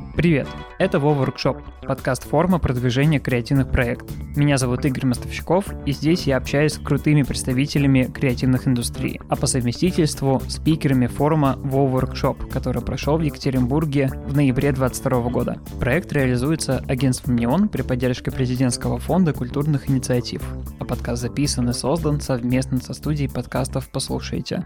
Привет, это Вова Workshop, подкаст форума продвижения креативных проектов. Меня зовут Игорь Мостовщиков, и здесь я общаюсь с крутыми представителями креативных индустрий, а по совместительству спикерами форума Вова Workshop, который прошел в Екатеринбурге в ноябре 2022 года. Проект реализуется агентством «Неон» при поддержке президентского фонда культурных инициатив, а подкаст записан и создан совместно со студией подкастов «Послушайте».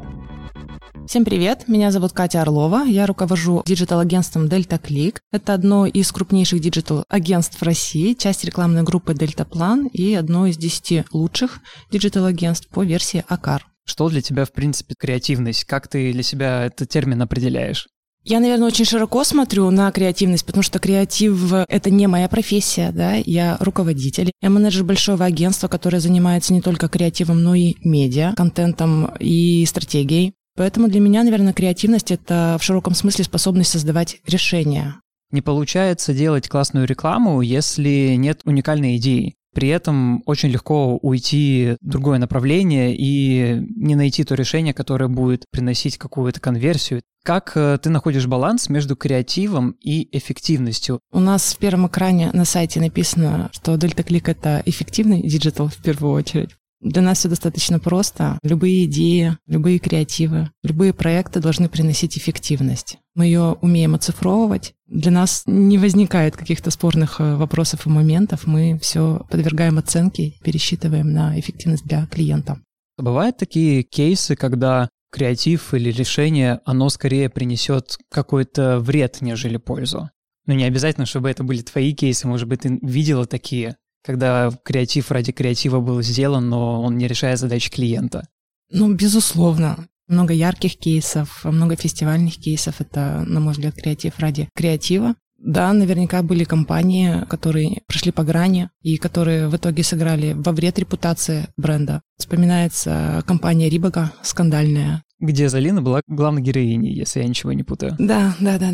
Всем привет, меня зовут Катя Орлова, я руковожу диджитал-агентством Delta Click. Это одно из крупнейших диджитал-агентств России, часть рекламной группы Delta и одно из 10 лучших диджитал-агентств по версии ACAR. Что для тебя, в принципе, креативность? Как ты для себя этот термин определяешь? Я, наверное, очень широко смотрю на креативность, потому что креатив — это не моя профессия, да, я руководитель. Я менеджер большого агентства, которое занимается не только креативом, но и медиа, контентом и стратегией. Поэтому для меня, наверное, креативность — это в широком смысле способность создавать решения. Не получается делать классную рекламу, если нет уникальной идеи. При этом очень легко уйти в другое направление и не найти то решение, которое будет приносить какую-то конверсию. Как ты находишь баланс между креативом и эффективностью? У нас в первом экране на сайте написано, что Delta Click — это эффективный диджитал в первую очередь. Для нас все достаточно просто. Любые идеи, любые креативы, любые проекты должны приносить эффективность. Мы ее умеем оцифровывать. Для нас не возникает каких-то спорных вопросов и моментов. Мы все подвергаем оценке, пересчитываем на эффективность для клиента. Бывают такие кейсы, когда креатив или решение, оно скорее принесет какой-то вред, нежели пользу. Но не обязательно, чтобы это были твои кейсы. Может быть, ты видела такие, когда креатив ради креатива был сделан, но он не решает задачи клиента? Безусловно. Много ярких кейсов, много фестивальных кейсов. Это, на мой взгляд, креатив ради креатива. Да, наверняка были компании, которые прошли по грани и которые в итоге сыграли во вред репутации бренда. Вспоминается компания Рибага, скандальная. Где Залина была главной героиней, если я ничего не путаю. Да.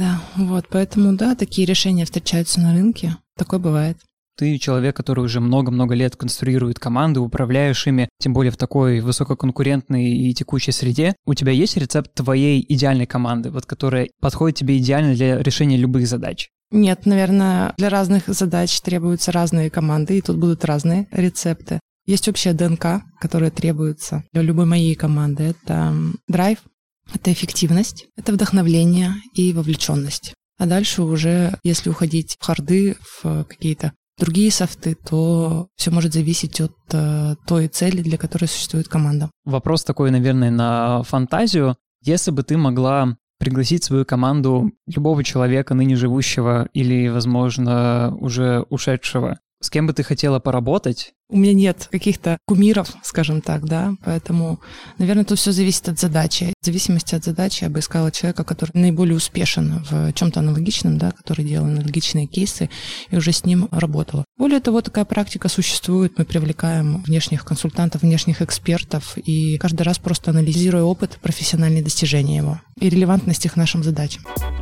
Поэтому, такие решения встречаются на рынке. Такое бывает. Ты человек, который уже много-много лет конструирует команды, управляешь ими, тем более в такой высококонкурентной и текущей среде. У тебя есть рецепт твоей идеальной команды, которая подходит тебе идеально для решения любых задач? Нет, наверное, для разных задач требуются разные команды, и тут будут разные рецепты. Есть общая ДНК, которая требуется для любой моей команды. Это драйв, это эффективность, это вдохновление и вовлеченность. А дальше уже, если уходить в харды, в какие-то другие софты, то все может зависеть от той цели, для которой существует команда. Вопрос такой, наверное, на фантазию. Если бы ты могла пригласить в свою команду любого человека, ныне живущего или, возможно, уже ушедшего, с кем бы ты хотела поработать? У меня нет каких-то кумиров, скажем так, да, поэтому, наверное, тут все зависит от задачи. В зависимости от задачи я бы искала человека, который наиболее успешен в чем-то аналогичном, да, который делал аналогичные кейсы и уже с ним работала. Более того, такая практика существует. Мы привлекаем внешних консультантов, внешних экспертов и каждый раз просто анализируя опыт, профессиональные достижения его и релевантность их к нашим задачам.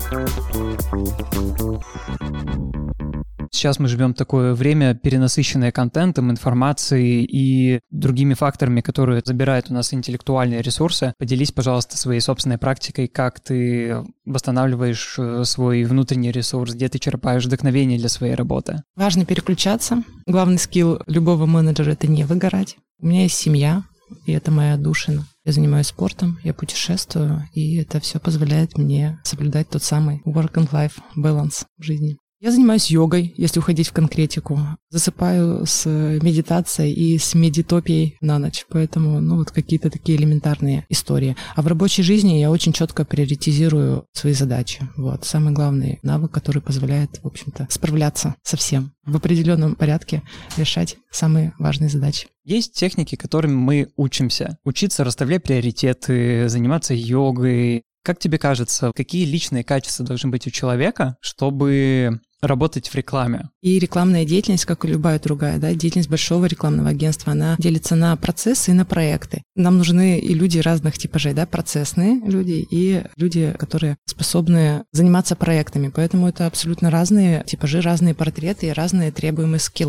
Сейчас мы живем в такое время, перенасыщенное контентом, информацией и другими факторами, которые забирают у нас интеллектуальные ресурсы. Поделись, пожалуйста, своей собственной практикой, как ты восстанавливаешь свой внутренний ресурс, где ты черпаешь вдохновение для своей работы. Важно переключаться. Главный скилл любого менеджера — это не выгорать. У меня есть семья, и это моя отдушина. Я занимаюсь спортом, я путешествую, и это все позволяет мне соблюдать тот самый work and life balance в жизни. Я занимаюсь йогой, если уходить в конкретику. Засыпаю с медитацией и с медитопией на ночь. Поэтому, какие-то такие элементарные истории. А в рабочей жизни я очень четко приоритизирую свои задачи. Самый главный навык, который позволяет, в общем-то, справляться со всем. В определенном порядке решать самые важные задачи. Есть техники, которыми мы учимся. Учиться расставлять приоритеты, заниматься йогой. Как тебе кажется, какие личные качества должны быть у человека, чтобы работать в рекламе? И рекламная деятельность, как и любая другая, да, деятельность большого рекламного агентства, она делится на процессы и на проекты. Нам нужны и люди разных типажей, да, процессные люди и люди, которые способны заниматься проектами. Поэтому это абсолютно разные типажи, разные портреты и разные требуемые скиллы.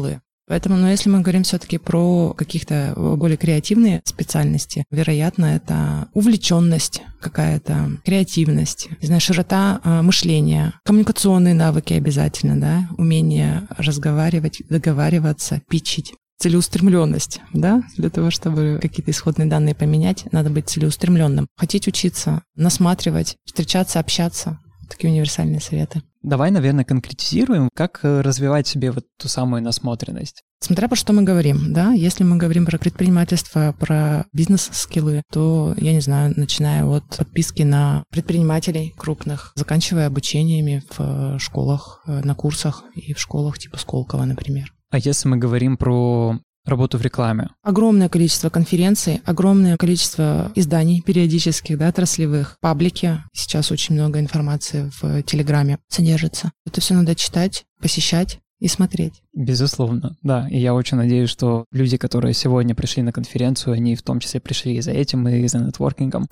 Поэтому, если мы говорим все-таки про каких-то более креативные специальности, вероятно, это увлеченность какая-то, креативность, не знаю, широта мышления, коммуникационные навыки обязательно, да, умение разговаривать, договариваться, питчить. Целеустремленность, да, для того, чтобы какие-то исходные данные поменять, надо быть целеустремленным. Хотеть учиться, насматривать, встречаться, общаться. Такие универсальные советы. Давай, наверное, конкретизируем, как развивать себе вот ту самую насмотренность. Смотря про что мы говорим, да, если мы говорим про предпринимательство, про бизнес-скиллы, то, я не знаю, начиная от подписки на предпринимателей крупных, заканчивая обучениями в школах, на курсах и в школах типа Сколково, например. А если мы говорим про работу в рекламе? Огромное количество конференций, огромное количество изданий периодических, да, отраслевых, паблики. Сейчас очень много информации в Телеграме содержится. Это все надо читать, посещать и смотреть. Безусловно, да. И я очень надеюсь, что люди, которые сегодня пришли на конференцию, они в том числе пришли и за этим, и за нетворкингом.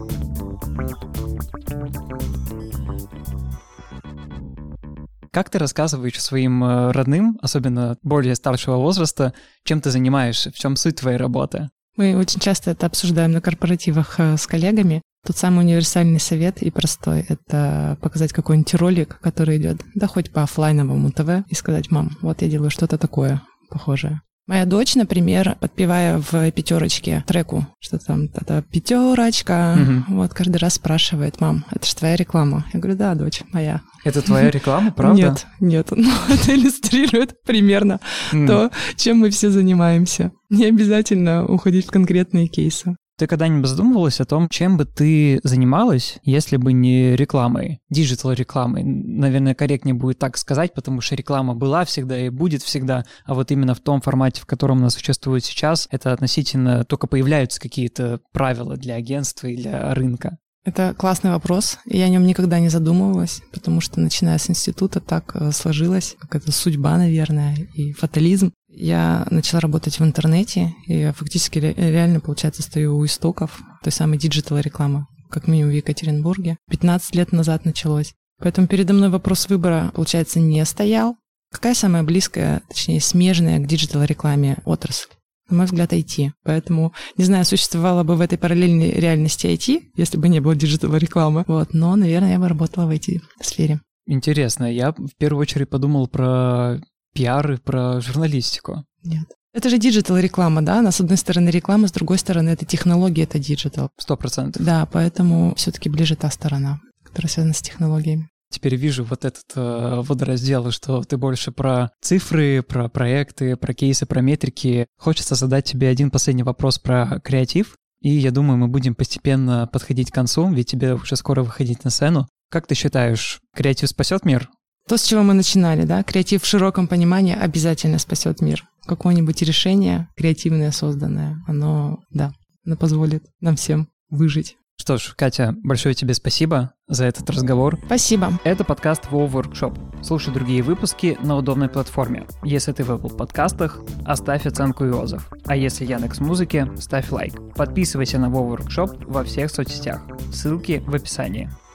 Как ты рассказываешь своим родным, особенно более старшего возраста, чем ты занимаешься, в чем суть твоей работы? Мы очень часто это обсуждаем на корпоративах с коллегами. Тот самый универсальный совет и простой — это показать какой-нибудь ролик, который идет, да хоть по оффлайновому ТВ, и сказать: мам, вот я делаю что-то такое похожее. Моя дочь, например, подпевая в пятерочке треку, что там та-та пятерочка, вот каждый раз спрашивает: мам, это же твоя реклама? Я говорю: да, дочь, моя. Это твоя реклама, правда? Нет, но это иллюстрирует примерно то, чем мы все занимаемся. Не обязательно уходить в конкретные кейсы. Ты когда-нибудь задумывалась о том, чем бы ты занималась, если бы не рекламой, диджитал-рекламой? Наверное, корректнее будет так сказать, потому что реклама была всегда и будет всегда, а вот именно в том формате, в котором она существует сейчас, это относительно только появляются какие-то правила для агентства и для рынка. Это классный вопрос, и я о нем никогда не задумывалась, потому что, начиная с института, так сложилось, какая-то судьба, наверное, и фатализм. Я начала работать в интернете, и я фактически реально, получается, стою у истоков той самой диджитал-рекламы, как минимум в Екатеринбурге. 15 лет назад началось. Поэтому передо мной вопрос выбора, получается, не стоял. Какая самая близкая, точнее, смежная к диджитал-рекламе отрасль? На мой взгляд, IT. Поэтому, не знаю, существовало бы в этой параллельной реальности IT, если бы не было диджитал-рекламы. Но, наверное, я бы работала в IT-сфере. Интересно. Я в первую очередь подумал про пиар и про журналистику. Нет. Это же диджитал-реклама, да? Она, с одной стороны, реклама, с другой стороны, это технология, это диджитал. 100%. Да, поэтому все-таки ближе та сторона, которая связана с технологиями. Теперь вижу вот этот водораздел, что ты больше про цифры, про проекты, про кейсы, про метрики. Хочется задать тебе один последний вопрос про креатив. И я думаю, мы будем постепенно подходить к концу, ведь тебе уже скоро выходить на сцену. Как ты считаешь, креатив спасет мир? То, с чего мы начинали, да? Креатив в широком понимании обязательно спасет мир. Какое-нибудь решение креативное, созданное, оно позволит нам всем выжить. Что ж, Катя, большое тебе спасибо за этот разговор. Спасибо. Это подкаст WoW Workshop. Слушай другие выпуски на удобной платформе. Если ты в Apple подкастах, оставь оценку и отзыв. А если Яндекс.Музыке, ставь лайк. Подписывайся на WoW Workshop во всех соцсетях. Ссылки в описании.